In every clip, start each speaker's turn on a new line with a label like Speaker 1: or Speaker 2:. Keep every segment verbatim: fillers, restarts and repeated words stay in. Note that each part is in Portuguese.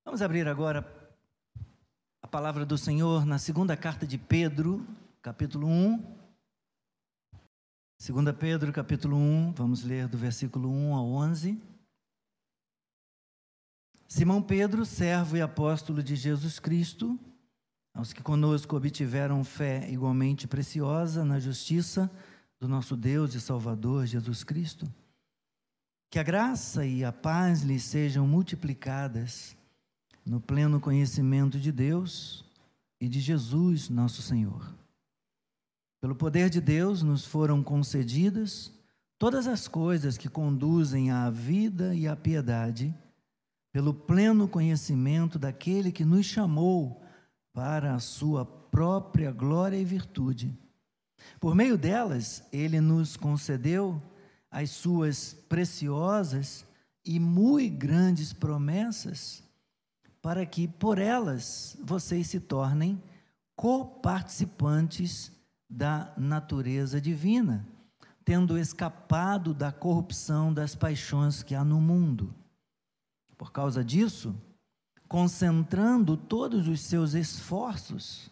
Speaker 1: Vamos abrir agora a palavra do Senhor na segunda carta de Pedro, capítulo um. segunda Pedro, capítulo um, vamos ler do versículo um ao onze. Simão Pedro, servo e apóstolo de Jesus Cristo, aos que conosco obtiveram fé igualmente preciosa na justiça do nosso Deus e Salvador Jesus Cristo, que a graça e a paz lhes sejam multiplicadas no pleno conhecimento de Deus e de Jesus, nosso Senhor. Pelo poder de Deus nos foram concedidas todas as coisas que conduzem à vida e à piedade, pelo pleno conhecimento daquele que nos chamou para a sua própria glória e virtude. Por meio delas, ele nos concedeu as suas preciosas e muito grandes promessas, para que por elas vocês se tornem coparticipantes da natureza divina, tendo escapado da corrupção das paixões que há no mundo. Por causa disso, concentrando todos os seus esforços,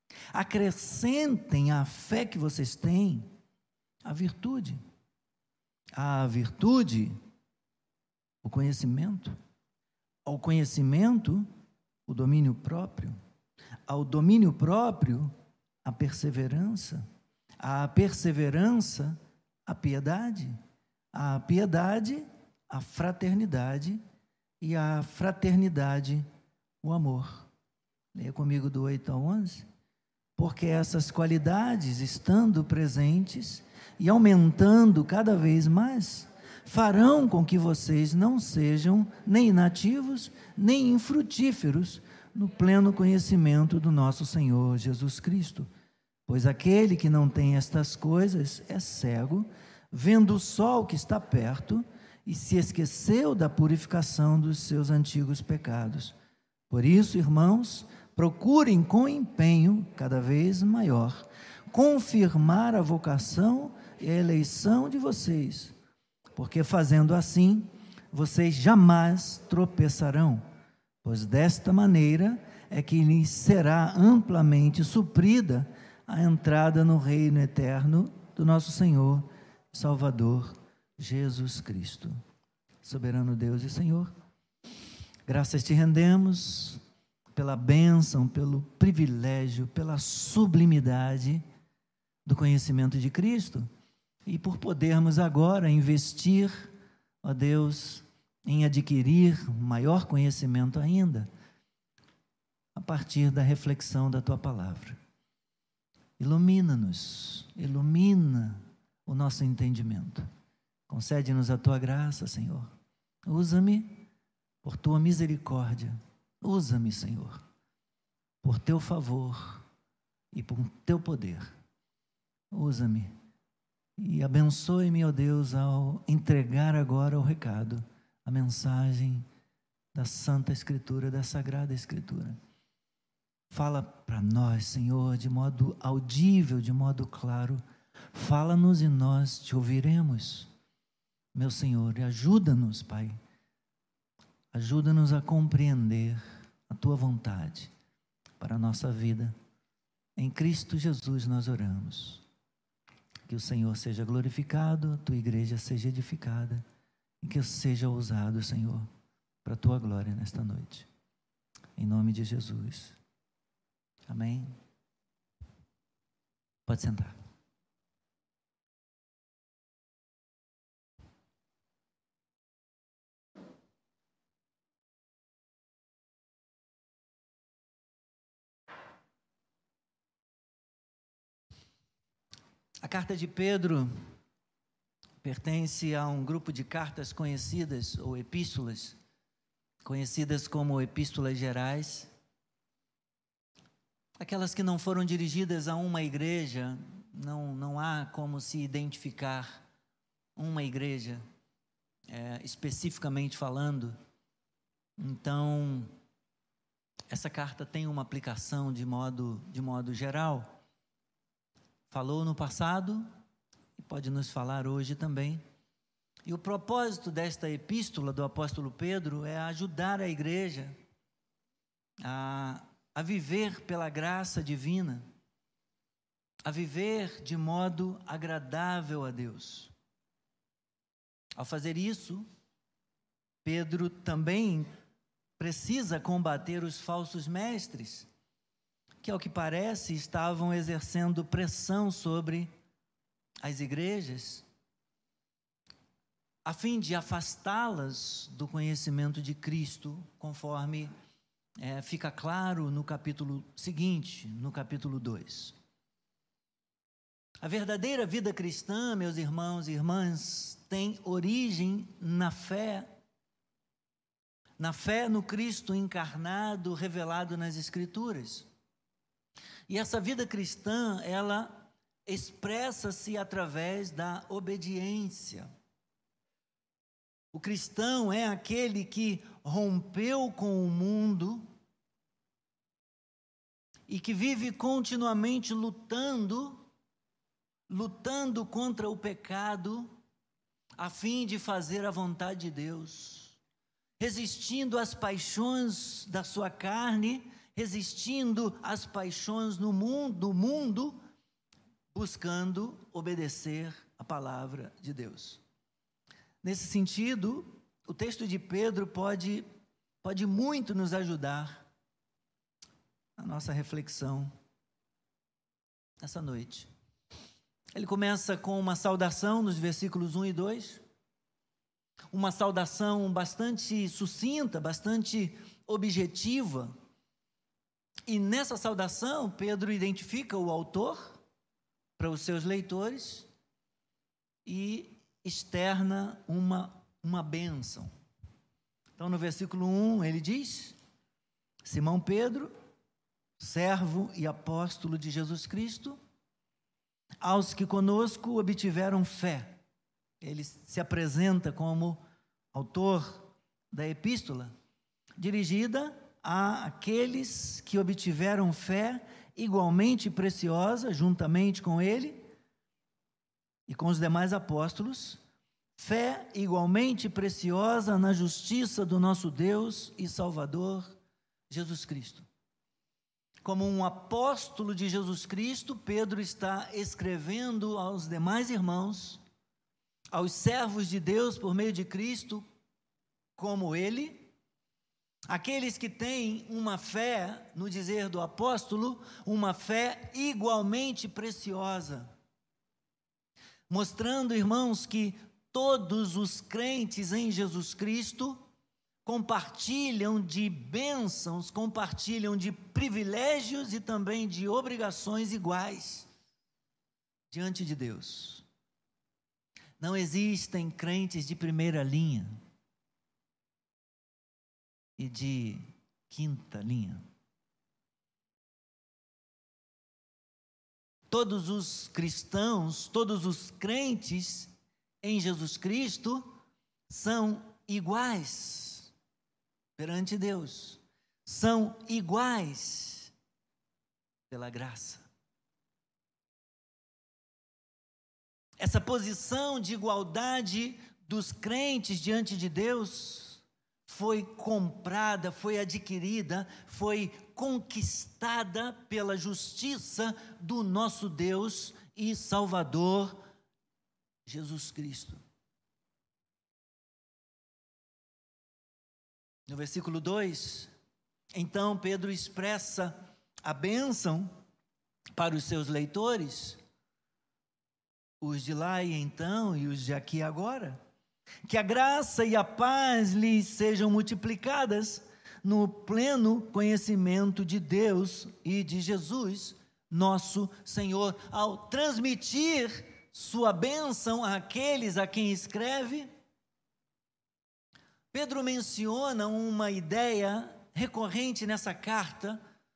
Speaker 1: acrescentem à fé que vocês têm a virtude. A virtude, o conhecimento. Ao conhecimento, o domínio próprio. Ao domínio próprio, a perseverança. À perseverança, a piedade. À piedade, a fraternidade. E à fraternidade, o amor. Leia comigo do oito ao onze. Porque essas qualidades, estando presentes e aumentando cada vez mais, farão com que vocês não sejam nem inativos, nem infrutíferos no pleno conhecimento do nosso Senhor Jesus Cristo. Pois aquele que não tem estas coisas é cego, vendo o sol que está perto, e se esqueceu da purificação dos seus antigos pecados. Por isso, irmãos, procurem com empenho cada vez maior confirmar a vocação e a eleição de vocês, porque fazendo assim, vocês jamais tropeçarão, pois desta maneira é que lhes será amplamente suprida a entrada no reino eterno do nosso Senhor e Salvador Jesus Cristo. Soberano Deus e Senhor, graças te rendemos pela bênção, pelo privilégio, pela sublimidade do conhecimento de Cristo e por podermos agora investir, ó Deus, em adquirir maior conhecimento ainda, a partir da reflexão da Tua Palavra. Ilumina-nos, ilumina o nosso entendimento. Concede-nos a Tua graça, Senhor. Usa-me por Tua misericórdia. Usa-me, Senhor, por Teu favor e por Teu poder. Usa-me e abençoe-me, ó Deus, ao entregar agora o recado, a mensagem da Santa Escritura, da Sagrada Escritura. Fala para nós, Senhor, de modo audível, de modo claro. Fala-nos e nós te ouviremos. Meu Senhor, ajuda-nos, Pai, ajuda-nos a compreender a Tua vontade para a nossa vida. Em Cristo Jesus nós oramos. Que o Senhor seja glorificado, a Tua igreja seja edificada e que eu seja usado, Senhor, para a Tua glória nesta noite. Em nome de Jesus. Amém. Pode sentar. A carta de Pedro pertence a um grupo de cartas conhecidas, ou epístolas, conhecidas como epístolas gerais. Aquelas que não foram dirigidas a uma igreja, não, não há como se identificar uma igreja, é, especificamente falando. Então, essa carta tem uma aplicação de modo, de modo geral. Falou no passado e pode nos falar hoje também. E o propósito desta epístola do apóstolo Pedro é ajudar a igreja a, a viver pela graça divina, a viver de modo agradável a Deus. Ao fazer isso, Pedro também precisa combater os falsos mestres, que, ao que parece, estavam exercendo pressão sobre as igrejas, a fim de afastá-las do conhecimento de Cristo, conforme é, fica claro no capítulo seguinte, no capítulo dois. A verdadeira vida cristã, meus irmãos e irmãs, tem origem na fé, na fé no Cristo encarnado, revelado nas Escrituras. E essa vida cristã, ela expressa-se através da obediência. O cristão é aquele que rompeu com o mundo e que vive continuamente lutando, lutando contra o pecado, a fim de fazer a vontade de Deus, resistindo às paixões da sua carne, resistindo às paixões no mundo, do mundo, buscando obedecer a palavra de Deus. Nesse sentido, o texto de Pedro pode, pode muito nos ajudar na nossa reflexão essa noite. Ele começa com uma saudação nos versículos um e dois, uma saudação bastante sucinta, bastante objetiva, e nessa saudação Pedro identifica o autor para os seus leitores e externa uma, uma bênção. Então, no versículo um, ele diz: Simão Pedro, servo e apóstolo de Jesus Cristo, aos que conosco obtiveram fé. Ele se apresenta como autor da epístola, dirigida a aqueles que obtiveram fé igualmente preciosa, juntamente com ele e com os demais apóstolos, fé igualmente preciosa na justiça do nosso Deus e Salvador, Jesus Cristo. Como um apóstolo de Jesus Cristo, Pedro está escrevendo aos demais irmãos, aos servos de Deus por meio de Cristo, como ele, aqueles que têm uma fé, no dizer do apóstolo, uma fé igualmente preciosa, mostrando, irmãos, que todos os crentes em Jesus Cristo compartilham de bênçãos, compartilham de privilégios e também de obrigações iguais diante de Deus. Não existem crentes de primeira linha e de quinta linha. Todos os cristãos, todos os crentes em Jesus Cristo são iguais perante Deus, são iguais pela graça. Essa posição de igualdade dos crentes diante de Deus foi comprada, foi adquirida, foi conquistada pela justiça do nosso Deus e Salvador, Jesus Cristo. No versículo dois, então Pedro expressa a bênção para os seus leitores, os de lá e então e os de aqui e agora, que a graça e a paz lhes sejam multiplicadas no pleno conhecimento de Deus e de Jesus, nosso Senhor. Ao transmitir sua bênção àqueles a quem escreve, Pedro menciona uma ideia recorrente nessa carta: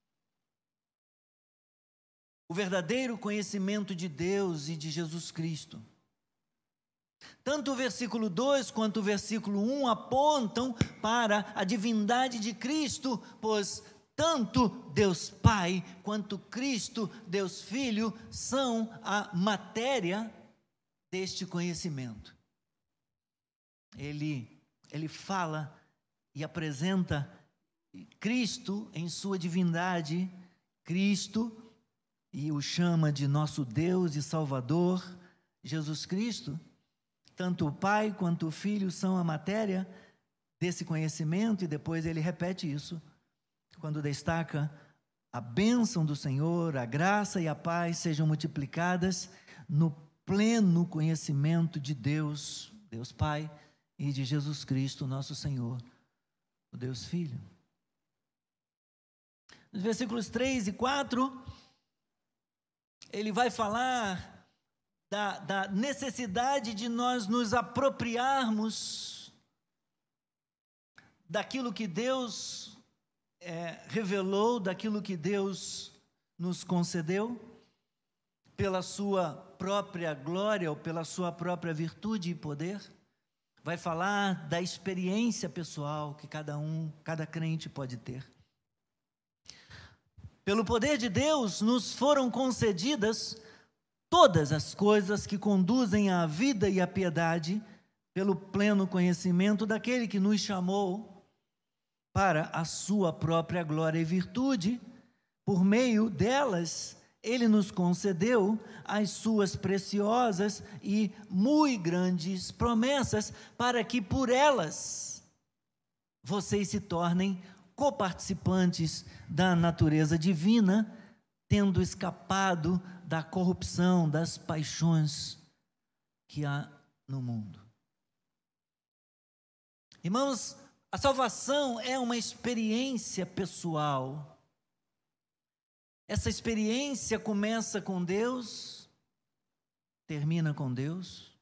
Speaker 1: o verdadeiro conhecimento de Deus e de Jesus Cristo. Tanto o versículo dois quanto o versículo um apontam para a divindade de Cristo, pois tanto Deus Pai quanto Cristo, Deus Filho, são a matéria deste conhecimento. Ele, ele fala e apresenta Cristo, em sua divindade, Cristo, e o chama de nosso Deus e Salvador, Jesus Cristo, tanto o Pai quanto o Filho são a matéria desse conhecimento, e depois ele repete isso, quando destaca a bênção do Senhor, a graça e a paz sejam multiplicadas no pleno conhecimento de Deus, Deus Pai, e de Jesus Cristo, nosso Senhor, o Deus Filho. Nos versículos três e quatro, ele vai falar da, da necessidade de nós nos apropriarmos daquilo que Deus é, revelou, daquilo que Deus nos concedeu, pela sua própria glória ou pela sua própria virtude e poder. Vai falar da experiência pessoal que cada um, cada crente pode ter. Pelo poder de Deus, nos foram concedidas todas as coisas que conduzem à vida e à piedade, pelo pleno conhecimento daquele que nos chamou para a sua própria glória e virtude. Por meio delas, ele nos concedeu as suas preciosas e muito grandes promessas, para que por elas vocês se tornem coparticipantes da natureza divina, tendo escapado da corrupção, das paixões que há no mundo. Irmãos, a salvação é uma experiência pessoal. Essa experiência começa com Deus, termina com Deus.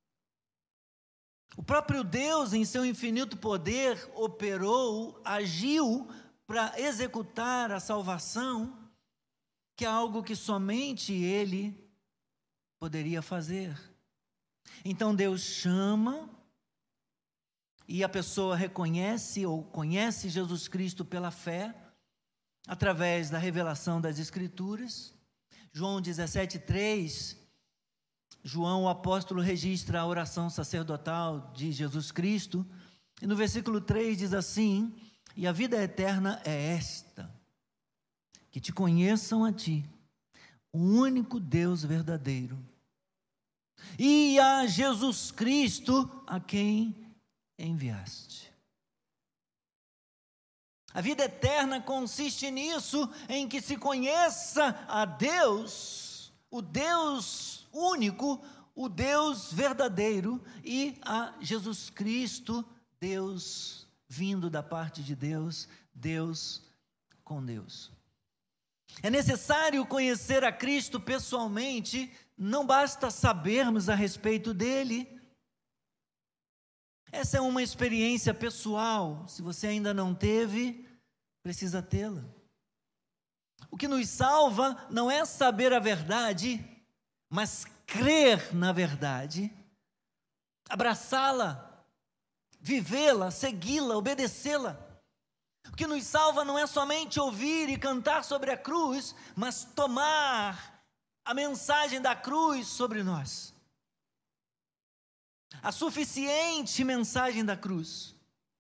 Speaker 1: O próprio Deus, em seu infinito poder, operou, agiu para executar a salvação, que é algo que somente Ele poderia fazer. Então Deus chama, e a pessoa reconhece ou conhece Jesus Cristo pela fé, através da revelação das Escrituras. João dezessete, três, João, o apóstolo, registra a oração sacerdotal de Jesus Cristo, e no versículo três diz assim: e a vida eterna é esta, que te conheçam a ti, o único Deus verdadeiro, e a Jesus Cristo, a quem enviaste. A vida eterna consiste nisso, em que se conheça a Deus, o Deus único, o Deus verdadeiro, e a Jesus Cristo, Deus vindo da parte de Deus, Deus com Deus. É necessário conhecer a Cristo pessoalmente, não basta sabermos a respeito dele. Essa é uma experiência pessoal, se você ainda não teve, precisa tê-la. O que nos salva não é saber a verdade, mas crer na verdade, abraçá-la, vivê-la, segui-la, obedecê-la. O que nos salva não é somente ouvir e cantar sobre a cruz, mas tomar a mensagem da cruz sobre nós. A suficiente mensagem da cruz.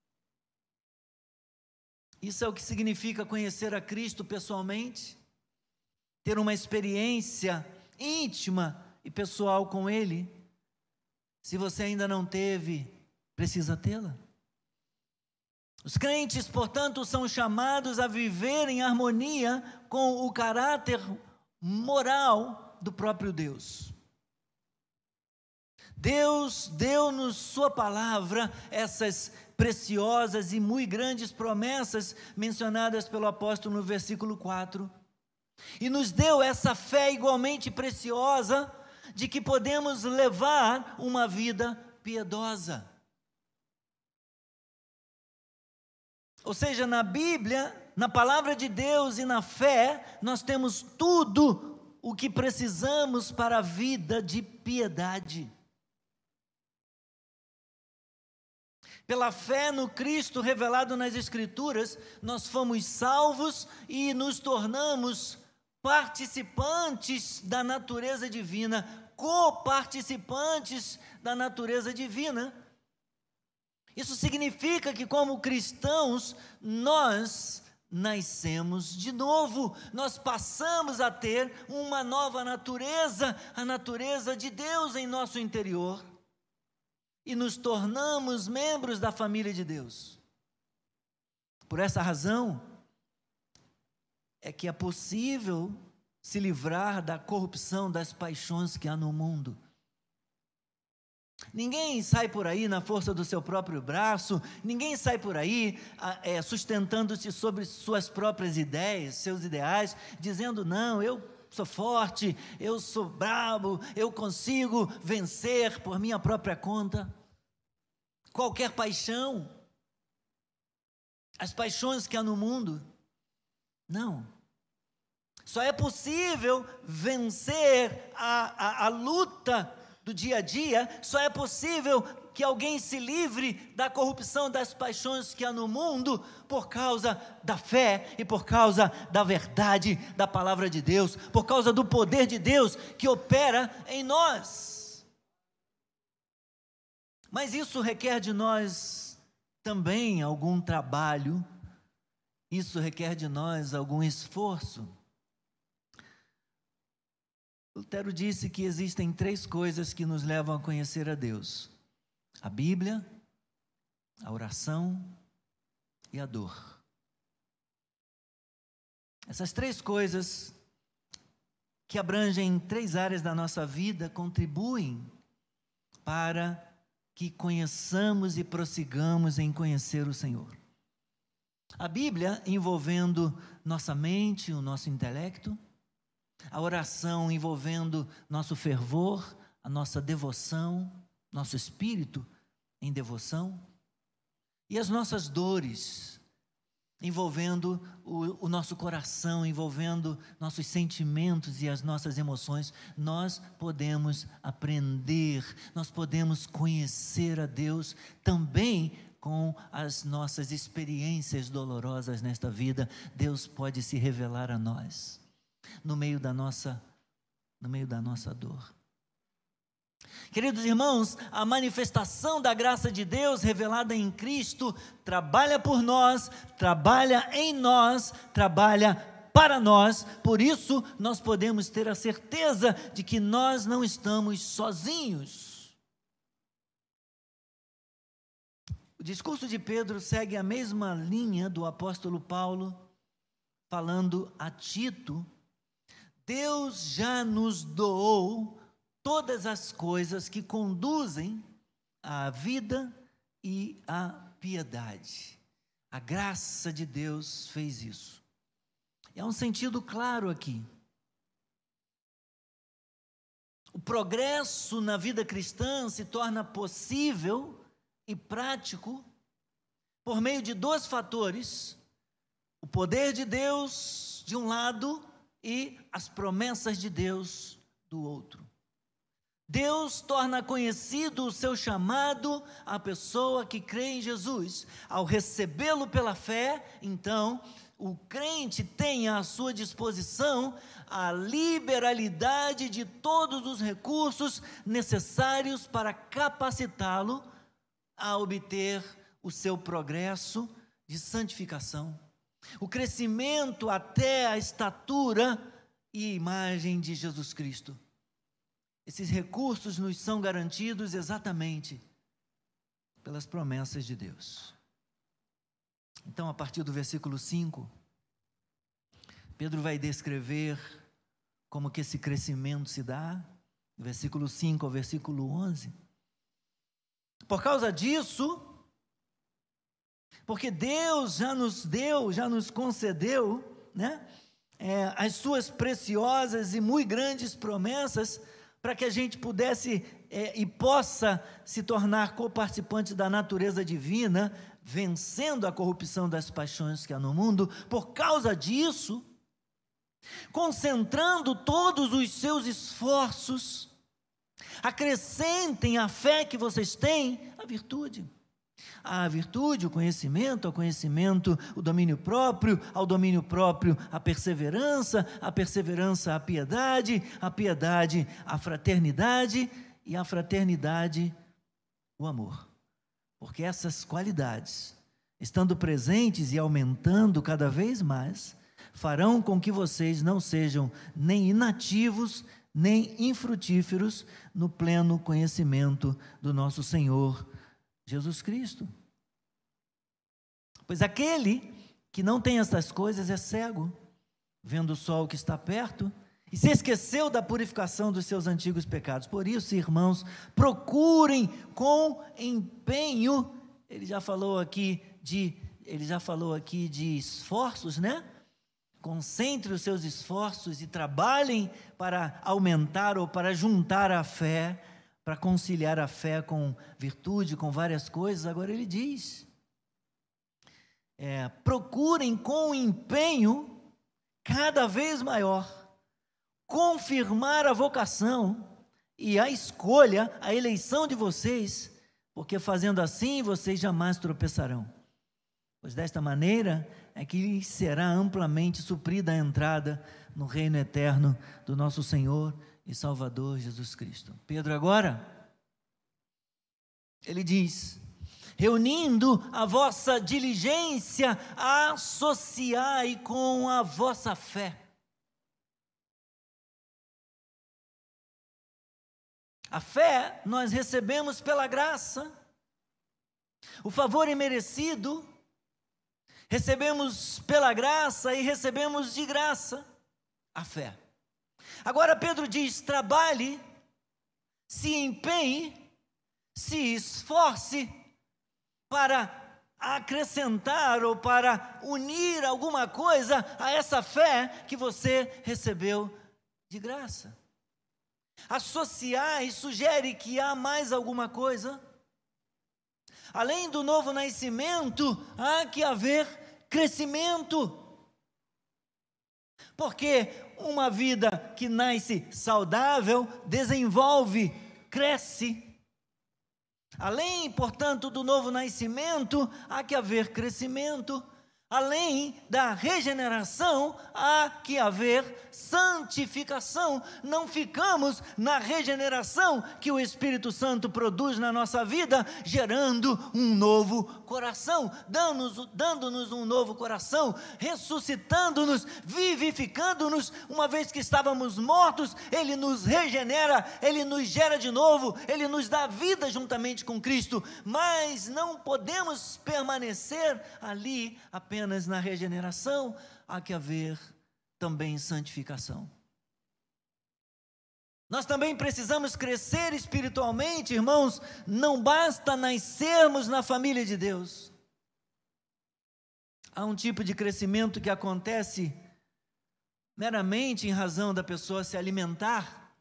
Speaker 1: Isso é o que significa conhecer a Cristo pessoalmente, ter uma experiência íntima e pessoal com Ele. Se você ainda não teve, precisa tê-la. Os crentes, portanto, são chamados a viver em harmonia com o caráter moral do próprio Deus. Deus deu-nos sua palavra, essas preciosas e muito grandes promessas mencionadas pelo apóstolo no versículo quatro, e nos deu essa fé igualmente preciosa, de que podemos levar uma vida piedosa. Ou seja, na Bíblia, na palavra de Deus e na fé, nós temos tudo o que precisamos para a vida de piedade. Pela fé no Cristo revelado nas Escrituras, nós fomos salvos e nos tornamos participantes da natureza divina, coparticipantes da natureza divina. Isso significa que, como cristãos, nós nascemos de novo, nós passamos a ter uma nova natureza, a natureza de Deus em nosso interior, e nos tornamos membros da família de Deus. Por essa razão, é que é possível se livrar da corrupção, das paixões que há no mundo. Ninguém sai por aí na força do seu próprio braço, ninguém sai por aí é, sustentando-se sobre suas próprias ideias, seus ideais, dizendo, não, eu sou forte, eu sou brabo, eu consigo vencer por minha própria conta. Qualquer paixão, as paixões que há no mundo, não. Só é possível vencer a, a, a luta do dia a dia, só é possível que alguém se livre da corrupção das paixões que há no mundo por causa da fé e por causa da verdade da palavra de Deus, por causa do poder de Deus que opera em nós. Mas isso requer de nós também algum trabalho, isso requer de nós algum esforço. Lutero disse que existem três coisas que nos levam a conhecer a Deus: a Bíblia, a oração e a dor. Essas três coisas, que abrangem três áreas da nossa vida, contribuem para que conheçamos e prossigamos em conhecer o Senhor. A Bíblia envolvendo nossa mente, o nosso intelecto, a oração envolvendo nosso fervor, a nossa devoção, nosso espírito em devoção, e as nossas dores, envolvendo o, o nosso coração, envolvendo nossos sentimentos e as nossas emoções. Nós podemos aprender, nós podemos conhecer a Deus também com as nossas experiências dolorosas nesta vida. Deus pode se revelar a nós no meio da nossa, no meio da nossa dor. Queridos irmãos, a manifestação da graça de Deus revelada em Cristo trabalha por nós, trabalha em nós, trabalha para nós. Por isso, nós podemos ter a certeza de que nós não estamos sozinhos. O discurso de Pedro segue a mesma linha do apóstolo Paulo, falando a Tito: Deus já nos doou todas as coisas que conduzem à vida e à piedade. A graça de Deus fez isso. É um sentido claro aqui. O progresso na vida cristã se torna possível e prático por meio de dois fatores: o poder de Deus de um lado e as promessas de Deus do outro. Deus torna conhecido o seu chamado à pessoa que crê em Jesus. Ao recebê-lo pela fé, então, o crente tem à sua disposição a liberalidade de todos os recursos necessários para capacitá-lo a obter o seu progresso de santificação, o crescimento até a estatura e imagem de Jesus Cristo. Esses recursos nos são garantidos exatamente pelas promessas de Deus. Então, a partir do versículo cinco, Pedro vai descrever como que esse crescimento se dá, do versículo cinco ao versículo onze. Por causa disso, porque Deus já nos deu, já nos concedeu, né, é, as suas preciosas e muito grandes promessas, para que a gente pudesse é, e possa se tornar coparticipante da natureza divina, vencendo a corrupção das paixões que há no mundo. Por causa disso, concentrando todos os seus esforços, acrescentem à fé que vocês têm a virtude. A virtude, o conhecimento, ao conhecimento, o domínio próprio, ao domínio próprio, a perseverança, a perseverança, a piedade, a piedade, a fraternidade, e a fraternidade, o amor. Porque essas qualidades, estando presentes e aumentando cada vez mais, farão com que vocês não sejam nem inativos, nem infrutíferos no pleno conhecimento do nosso Senhor Jesus Cristo. Pois aquele que não tem essas coisas é cego, vendo só o que está perto, e se esqueceu da purificação dos seus antigos pecados. Por isso, irmãos, procurem com empenho. Ele já falou aqui de, ele já falou aqui de esforços, né? Concentre os seus esforços e trabalhem para aumentar ou para juntar a fé, para conciliar a fé com virtude, com várias coisas. Agora ele diz, é, procurem com empenho cada vez maior confirmar a vocação e a escolha, a eleição de vocês, porque fazendo assim vocês jamais tropeçarão. Pois desta maneira é que será amplamente suprida a entrada no reino eterno do nosso Senhor e Salvador Jesus Cristo. Pedro agora, ele diz, reunindo a vossa diligência, associai com a vossa fé. A fé nós recebemos pela graça, o favor imerecido, recebemos pela graça e recebemos de graça a fé. Agora Pedro diz, trabalhe, se empenhe, se esforce para acrescentar ou para unir alguma coisa a essa fé que você recebeu de graça. Associar e sugere que há mais alguma coisa. Além do novo nascimento, há que haver crescimento. Porque uma vida que nasce saudável, desenvolve, cresce. Além, portanto, do novo nascimento, há que haver crescimento. Além da regeneração, há que haver santificação. Não ficamos na regeneração que o Espírito Santo produz na nossa vida, gerando um novo coração, dando-nos, dando-nos um novo coração, ressuscitando-nos, vivificando-nos. Uma vez que estávamos mortos, Ele nos regenera, Ele nos gera de novo, Ele nos dá vida juntamente com Cristo. Mas não podemos permanecer ali apenas Apenas na regeneração, há que haver também santificação. Nós também precisamos crescer espiritualmente, irmãos. Não basta nascermos na família de Deus. Há um tipo de crescimento que acontece meramente em razão da pessoa se alimentar.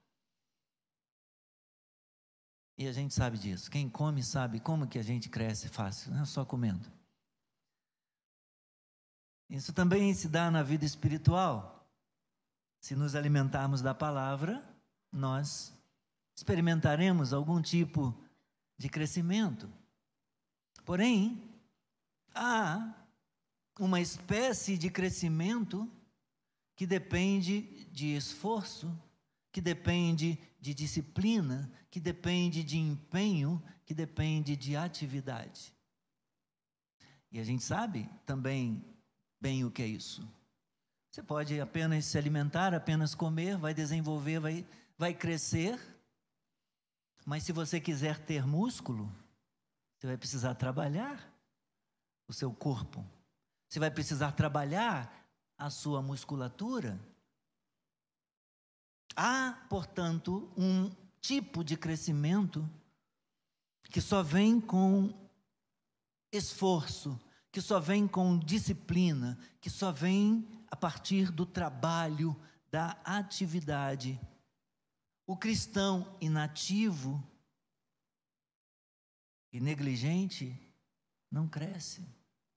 Speaker 1: E a gente sabe disso. Quem come sabe como que a gente cresce fácil, não é só comendo. Isso também se dá na vida espiritual. Se nos alimentarmos da palavra, nós experimentaremos algum tipo de crescimento. Porém, há uma espécie de crescimento que depende de esforço, que depende de disciplina, que depende de empenho, que depende de atividade. E a gente sabe também bem o que é isso. Você pode apenas se alimentar, apenas comer, vai desenvolver, vai, vai crescer, mas se você quiser ter músculo, você vai precisar trabalhar o seu corpo, você vai precisar trabalhar a sua musculatura. Há, portanto, um tipo de crescimento que só vem com esforço, que só vem com disciplina, que só vem a partir do trabalho, da atividade. O cristão inativo e negligente não cresce.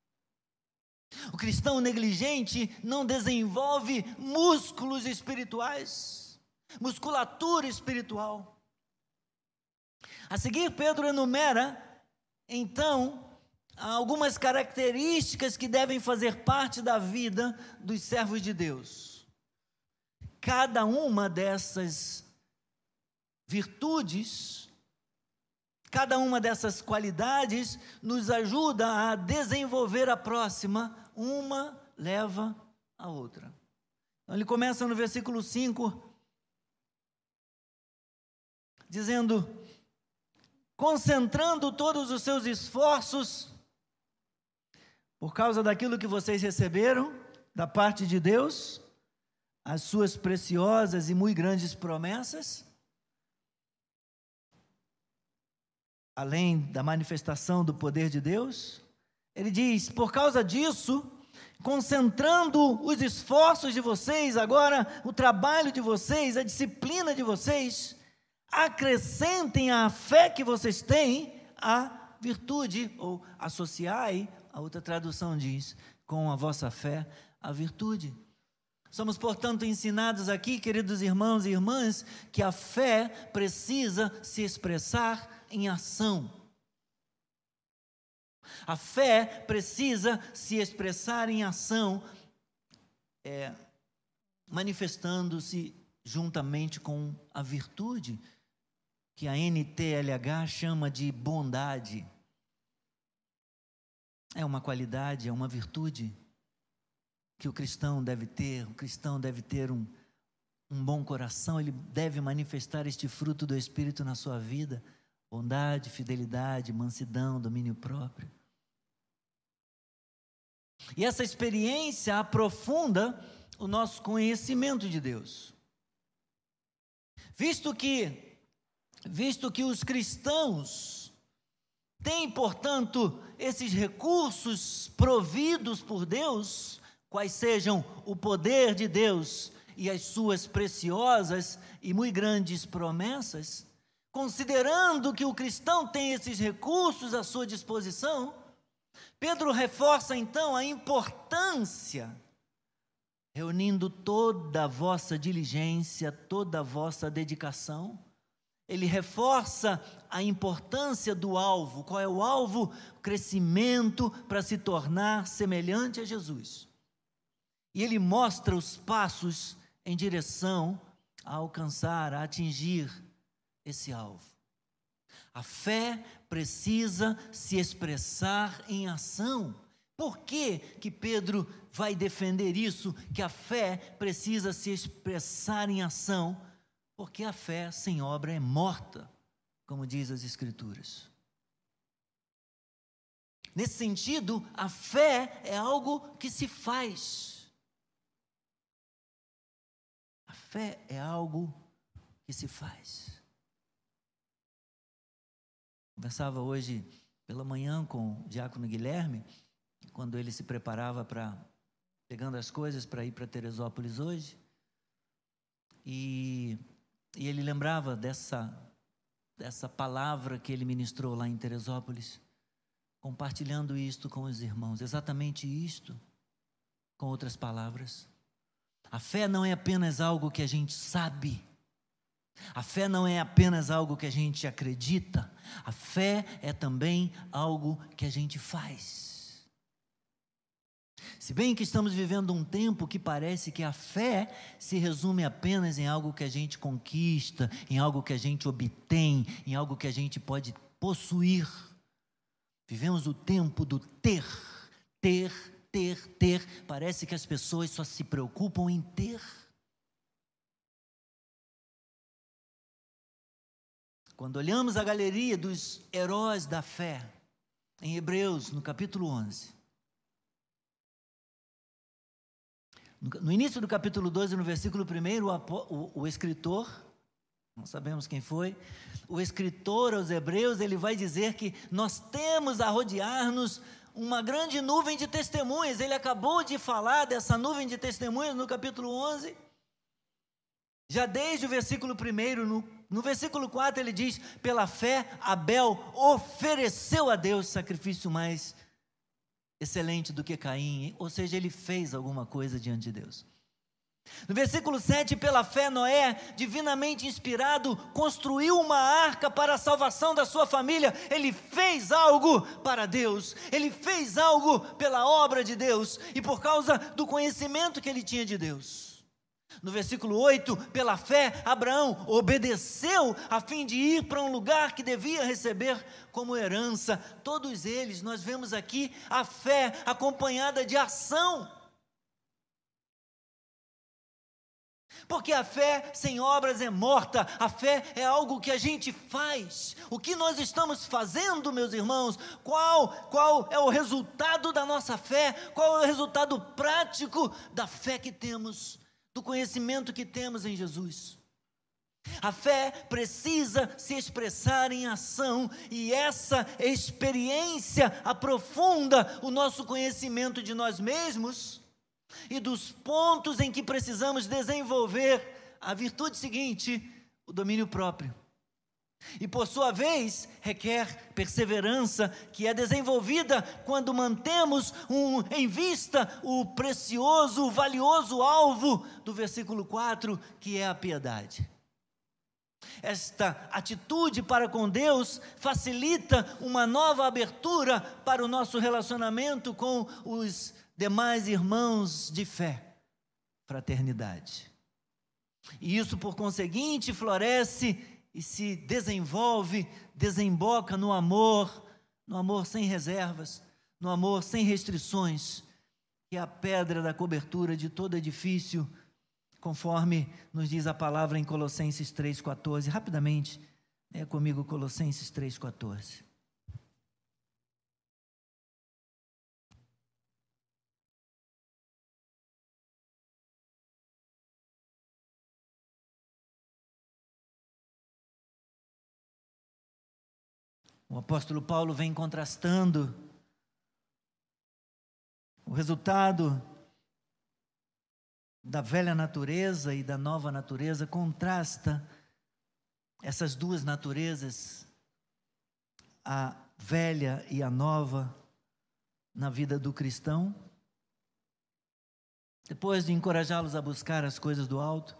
Speaker 1: O cristão negligente não desenvolve músculos espirituais, musculatura espiritual. A seguir, Pedro enumera, então, há algumas características que devem fazer parte da vida dos servos de Deus. Cada uma dessas virtudes Cada uma dessas qualidades nos ajuda a desenvolver a próxima, uma leva a outra. Então ele começa no versículo cinco, dizendo: concentrando todos os seus esforços, por causa daquilo que vocês receberam da parte de Deus, as suas preciosas e muito grandes promessas, além da manifestação do poder de Deus, ele diz: por causa disso, concentrando os esforços de vocês, agora o trabalho de vocês, a disciplina de vocês, acrescentem à fé que vocês têm a virtude, ou associai, a outra tradução diz, com a vossa fé, a virtude. Somos, portanto, ensinados aqui, queridos irmãos e irmãs, que a fé precisa se expressar em ação. A fé precisa se expressar em ação, é, manifestando-se juntamente com a virtude, que a N T L H chama de bondade. É uma qualidade, é uma virtude que o cristão deve ter. O cristão deve ter um, um bom coração, ele deve manifestar este fruto do Espírito na sua vida: bondade, fidelidade, mansidão, domínio próprio. E essa experiência aprofunda o nosso conhecimento de Deus. Visto que, visto que os cristãos têm, portanto, esses recursos providos por Deus, quais sejam o poder de Deus e as suas preciosas e muito grandes promessas, considerando que o cristão tem esses recursos à sua disposição, Pedro reforça então a importância, reunindo toda a vossa diligência, toda a vossa dedicação. Ele reforça a importância do alvo. Qual é o alvo? O crescimento para se tornar semelhante a Jesus. E ele mostra os passos em direção a alcançar, a atingir esse alvo. A fé precisa se expressar em ação. Por que que Pedro vai defender isso, que a fé precisa se expressar em ação? Porque a fé sem obra é morta, como diz as Escrituras. Nesse sentido, a fé é algo que se faz. A fé é algo que se faz. Conversava hoje pela manhã com o diácono Guilherme, quando ele se preparava para, pegando as coisas para ir para Teresópolis hoje, e, e ele lembrava dessa, dessa palavra que ele ministrou lá em Teresópolis, compartilhando isto com os irmãos, exatamente isto, com outras palavras. A fé não é apenas algo que a gente sabe, a fé não é apenas algo que a gente acredita, a fé é também algo que a gente faz. Se bem que estamos vivendo um tempo que parece que a fé se resume apenas em algo que a gente conquista, em algo que a gente obtém, em algo que a gente pode possuir. Vivemos o tempo do ter, ter, ter, ter. Parece que as pessoas só se preocupam em ter. Quando olhamos a galeria dos heróis da fé, em Hebreus, no capítulo onze, no início do capítulo doze, no versículo primeiro, o, o, o escritor, não sabemos quem foi, o escritor aos Hebreus, ele vai dizer que nós temos a rodear-nos uma grande nuvem de testemunhas. Ele acabou de falar dessa nuvem de testemunhas no capítulo onze, já desde o versículo primeiro, no No versículo quatro ele diz: pela fé Abel ofereceu a Deus sacrifício mais excelente do que Caim, ou seja, ele fez alguma coisa diante de Deus. No versículo sete, pela fé Noé, divinamente inspirado, construiu uma arca para a salvação da sua família. Ele fez algo para Deus, ele fez algo pela obra de Deus, e por causa do conhecimento que ele tinha de Deus. No versículo oito, pela fé, Abraão obedeceu a fim de ir para um lugar que devia receber como herança. Todos eles, nós vemos aqui a fé acompanhada de ação. Porque a fé sem obras é morta, a fé é algo que a gente faz. O que nós estamos fazendo, meus irmãos? Qual, qual é o resultado da nossa fé? Qual é o resultado prático da fé que temos, do conhecimento que temos em Jesus? A fé precisa se expressar em ação, e essa experiência aprofunda o nosso conhecimento de nós mesmos e dos pontos em que precisamos desenvolver a virtude seguinte, o domínio próprio. E por sua vez, requer perseverança, que é desenvolvida quando mantemos um, em vista o precioso, o valioso alvo do versículo quatro, que é a piedade. Esta atitude para com Deus facilita uma nova abertura para o nosso relacionamento com os demais irmãos de fé, fraternidade. E isso, por conseguinte, floresce e se desenvolve, desemboca no amor, no amor sem reservas, no amor sem restrições, que é a pedra da cobertura de todo edifício, conforme nos diz a palavra em Colossenses três, quatorze. Rapidamente, é comigo Colossenses três, quatorze. O apóstolo Paulo vem contrastando o resultado da velha natureza e da nova natureza, contrasta essas duas naturezas, a velha e a nova, na vida do cristão. Depois de encorajá-los a buscar as coisas do alto,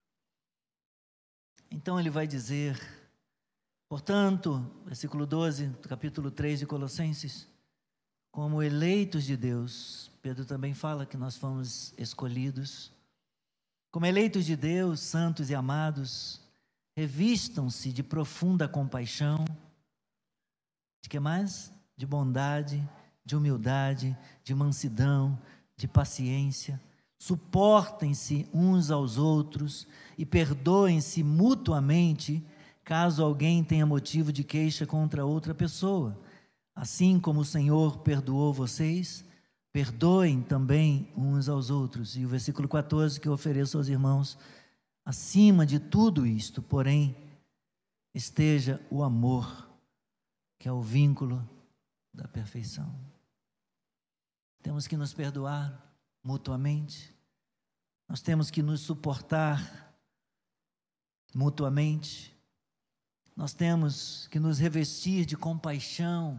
Speaker 1: então ele vai dizer: portanto, versículo doze, do capítulo três de Colossenses, como eleitos de Deus, Pedro também fala que nós fomos escolhidos, como eleitos de Deus, santos e amados, revistam-se de profunda compaixão, de que mais? De bondade, de humildade, de mansidão, de paciência, suportem-se uns aos outros e perdoem-se mutuamente, caso alguém tenha motivo de queixa contra outra pessoa. Assim como o Senhor perdoou vocês, perdoem também uns aos outros. E o versículo quatorze que eu ofereço aos irmãos: acima de tudo isto, porém, esteja o amor, que é o vínculo da perfeição. Temos que nos perdoar mutuamente, nós temos que nos suportar mutuamente, nós temos que nos revestir de compaixão,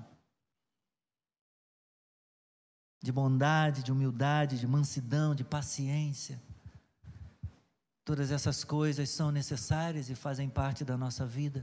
Speaker 1: de bondade, de humildade, de mansidão, de paciência. Todas essas coisas são necessárias e fazem parte da nossa vida.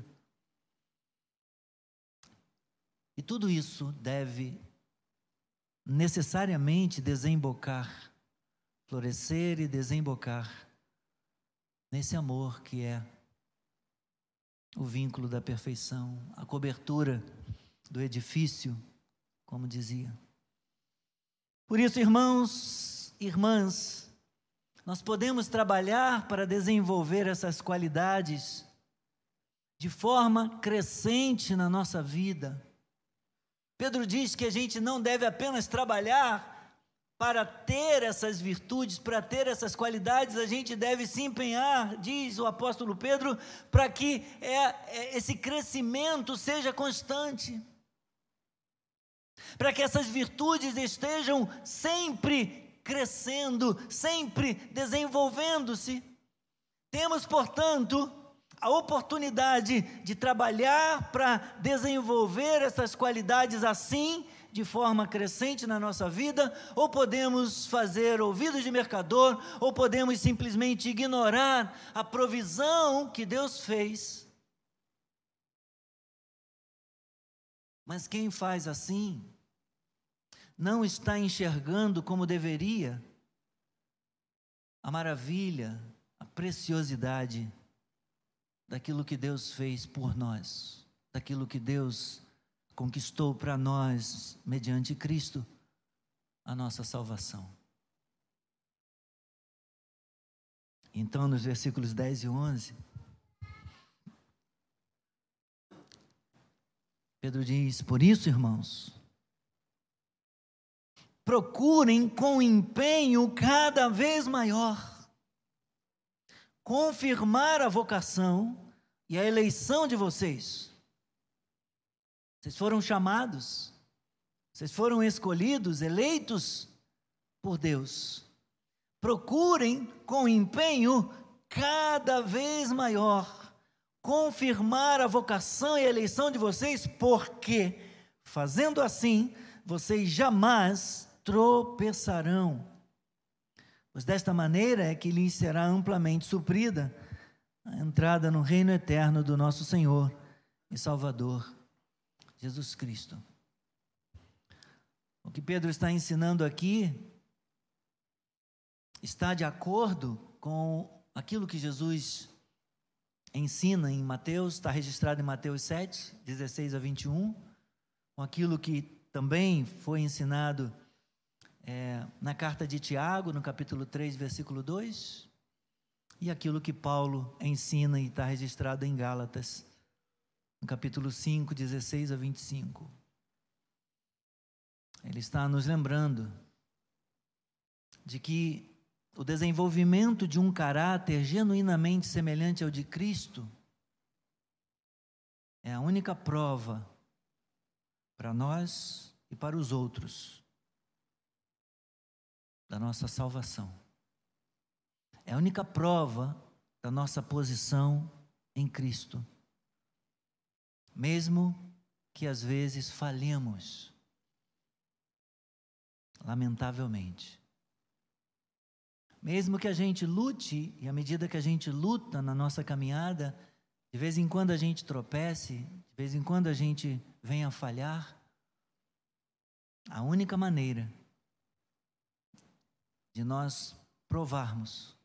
Speaker 1: E tudo isso deve necessariamente desembocar, florescer e desembocar nesse amor que é o vínculo da perfeição, a cobertura do edifício, como dizia. Por isso, irmãos, irmãs, nós podemos trabalhar para desenvolver essas qualidades de forma crescente na nossa vida. Pedro diz que a gente não deve apenas trabalhar para ter essas virtudes, para ter essas qualidades, a gente deve se empenhar, diz o apóstolo Pedro, para que é, é, esse crescimento seja constante, para que essas virtudes estejam sempre crescendo, sempre desenvolvendo-se. Temos, portanto, a oportunidade de trabalhar para desenvolver essas qualidades assim, de forma crescente na nossa vida, ou podemos fazer ouvidos de mercador, ou podemos simplesmente ignorar a provisão que Deus fez. Mas quem faz assim, não está enxergando como deveria a maravilha preciosidade daquilo que Deus fez por nós, daquilo que Deus conquistou para nós, mediante Cristo, a nossa salvação. Então, nos versículos dez e onze, Pedro diz: por isso, irmãos, procurem com empenho cada vez maior confirmar a vocação e a eleição de vocês. Vocês foram chamados, vocês foram escolhidos, eleitos por Deus. Procurem com empenho cada vez maior confirmar a vocação e a eleição de vocês, porque, fazendo assim, vocês jamais tropeçarão. Pois desta maneira é que lhes será amplamente suprida a entrada no reino eterno do nosso Senhor e Salvador, Jesus Cristo. O que Pedro está ensinando aqui está de acordo com aquilo que Jesus ensina em Mateus, está registrado em Mateus sete, dezesseis a vinte e um, com aquilo que também foi ensinado É, na carta de Tiago, no capítulo três, versículo dois, e aquilo que Paulo ensina e está registrado em Gálatas, no capítulo cinco, dezesseis a vinte e cinco. Ele está nos lembrando de que o desenvolvimento de um caráter genuinamente semelhante ao de Cristo é a única prova para nós e para os outros da nossa salvação. É a única prova da nossa posição em Cristo. Mesmo que às vezes falhemos, lamentavelmente. Mesmo que a gente lute, e à medida que a gente luta na nossa caminhada, de vez em quando a gente tropece, de vez em quando a gente venha a falhar, a única maneira de nós provarmos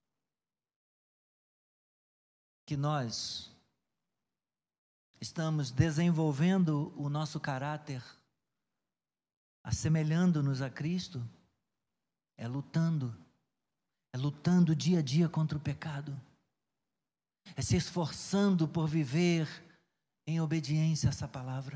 Speaker 1: que nós estamos desenvolvendo o nosso caráter, assemelhando-nos a Cristo, é lutando, é lutando dia a dia contra o pecado, é se esforçando por viver em obediência a essa palavra,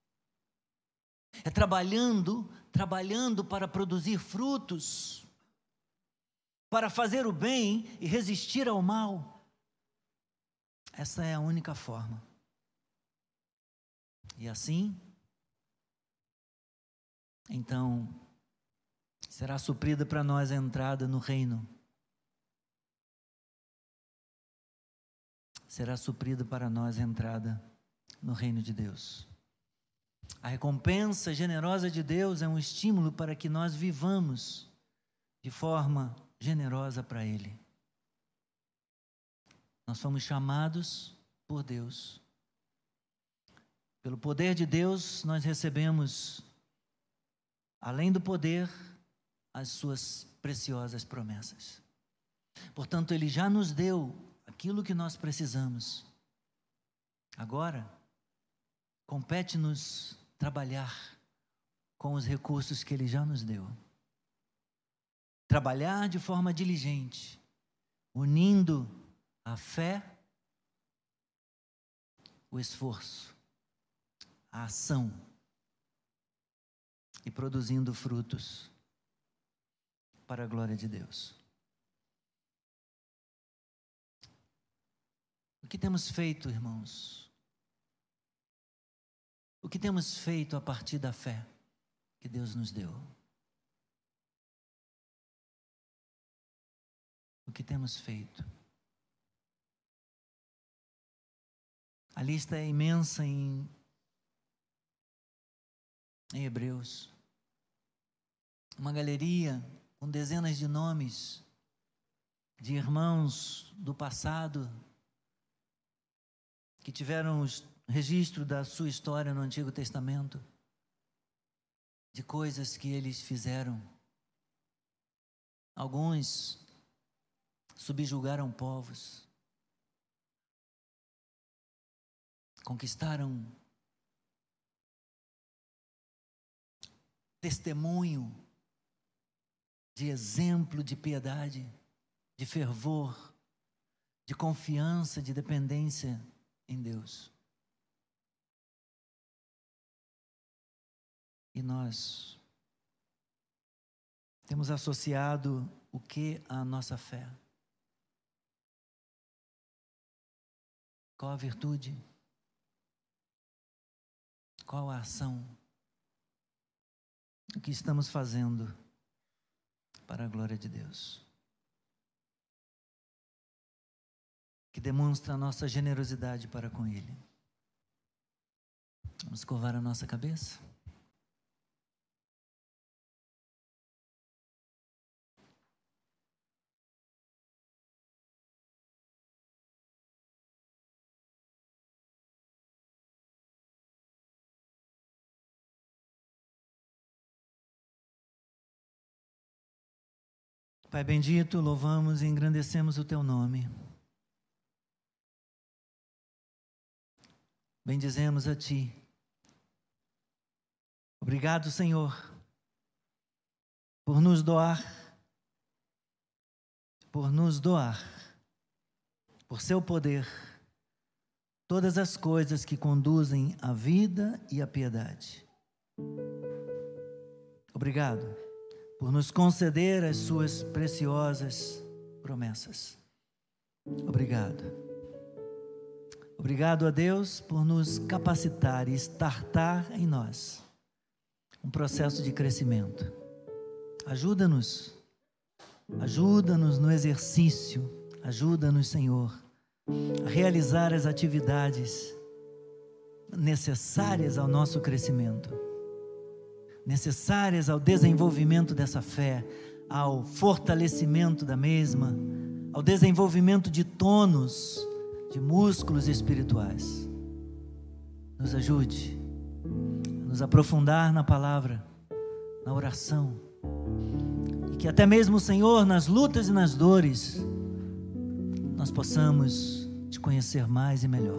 Speaker 1: é trabalhando, trabalhando para produzir frutos, para fazer o bem e resistir ao mal. Essa é a única forma. E assim, então, será suprida para nós a entrada no reino. Será suprida para nós a entrada no reino de Deus. A recompensa generosa de Deus é um estímulo para que nós vivamos de forma generosa para Ele. Nós fomos chamados por Deus. Pelo poder de Deus, nós recebemos, além do poder, as suas preciosas promessas. Portanto, Ele já nos deu aquilo que nós precisamos. Agora, compete-nos trabalhar com os recursos que Ele já nos deu. Trabalhar de forma diligente, unindo a fé, o esforço, a ação e produzindo frutos para a glória de Deus. O que temos feito, irmãos? O que temos feito a partir da fé que Deus nos deu? O que temos feito? A lista é imensa em, em Hebreus. Uma galeria com dezenas de nomes de irmãos do passado que tiveram o registro da sua história no Antigo Testamento, de coisas que eles fizeram. Alguns subjugaram povos, conquistaram testemunho de exemplo de piedade, de fervor, de confiança, de dependência em Deus. E nós temos associado o que à nossa fé? Qual a virtude? Qual a ação? O que estamos fazendo para a glória de Deus? Que demonstra a nossa generosidade para com Ele. Vamos curvar a nossa cabeça? Pai bendito, louvamos e engrandecemos o Teu nome. Bendizemos a Ti. Obrigado, Senhor, por nos doar, por nos doar, por Seu poder, todas as coisas que conduzem à vida e à piedade. Obrigado por nos conceder as Suas preciosas promessas. Obrigado. Obrigado a Deus por nos capacitar e estartar em nós um processo de crescimento. Ajuda-nos, ajuda-nos no exercício, ajuda-nos, Senhor, a realizar as atividades necessárias ao nosso crescimento, necessárias ao desenvolvimento dessa fé, ao fortalecimento da mesma, ao desenvolvimento de tônus, de músculos espirituais. Nos ajude a nos aprofundar na palavra, na oração, e que até mesmo, Senhor, nas lutas e nas dores, nós possamos Te conhecer mais e melhor.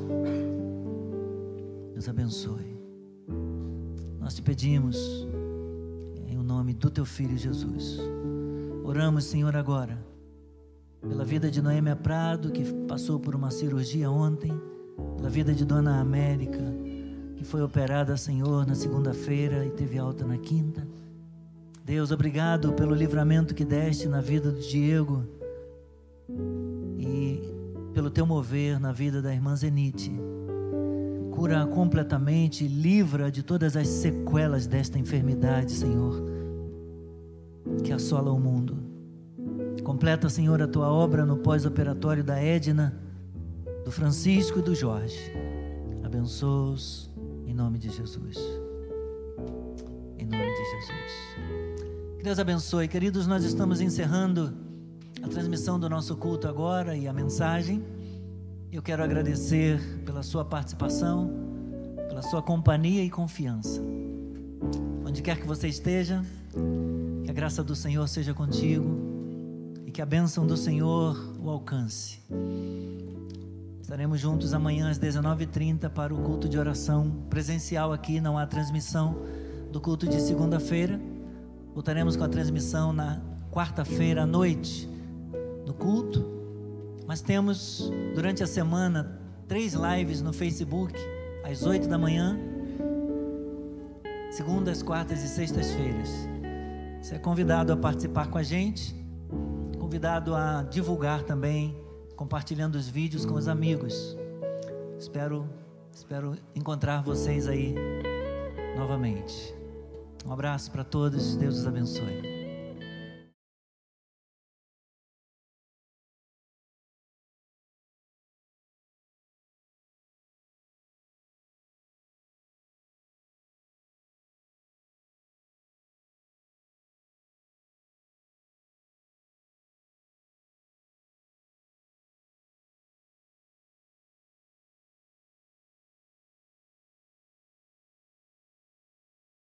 Speaker 1: Deus abençoe. Nós Te pedimos, em o nome do Teu Filho Jesus. Oramos, Senhor, agora, pela vida de Noêmia Prado, que passou por uma cirurgia ontem, pela vida de Dona América, que foi operada, Senhor, na segunda-feira e teve alta na quinta. Deus, obrigado pelo livramento que deste na vida do Diego e pelo Teu mover na vida da irmã Zenite. Cura completamente, livra de todas as sequelas desta enfermidade, Senhor, que assola o mundo. Completa, Senhor, a Tua obra no pós-operatório da Edna, do Francisco e do Jorge. Abençoa-os em nome de Jesus. Em nome de Jesus. Que Deus abençoe. Queridos, nós estamos encerrando a transmissão do nosso culto agora e a mensagem. Eu quero agradecer pela sua participação, pela sua companhia e confiança. Onde quer que você esteja, que a graça do Senhor seja contigo e que a bênção do Senhor o alcance. Estaremos juntos amanhã às dezenove e trinta para o culto de oração presencial aqui, não há transmissão do culto de segunda-feira. Voltaremos com a transmissão na quarta-feira à noite no culto. Mas temos, durante a semana, três lives no Facebook, às oito da manhã, segundas, quartas e sextas-feiras. Você é convidado a participar com a gente, convidado a divulgar também, compartilhando os vídeos com os amigos. Espero, espero encontrar vocês aí novamente. Um abraço para todos, Deus os abençoe.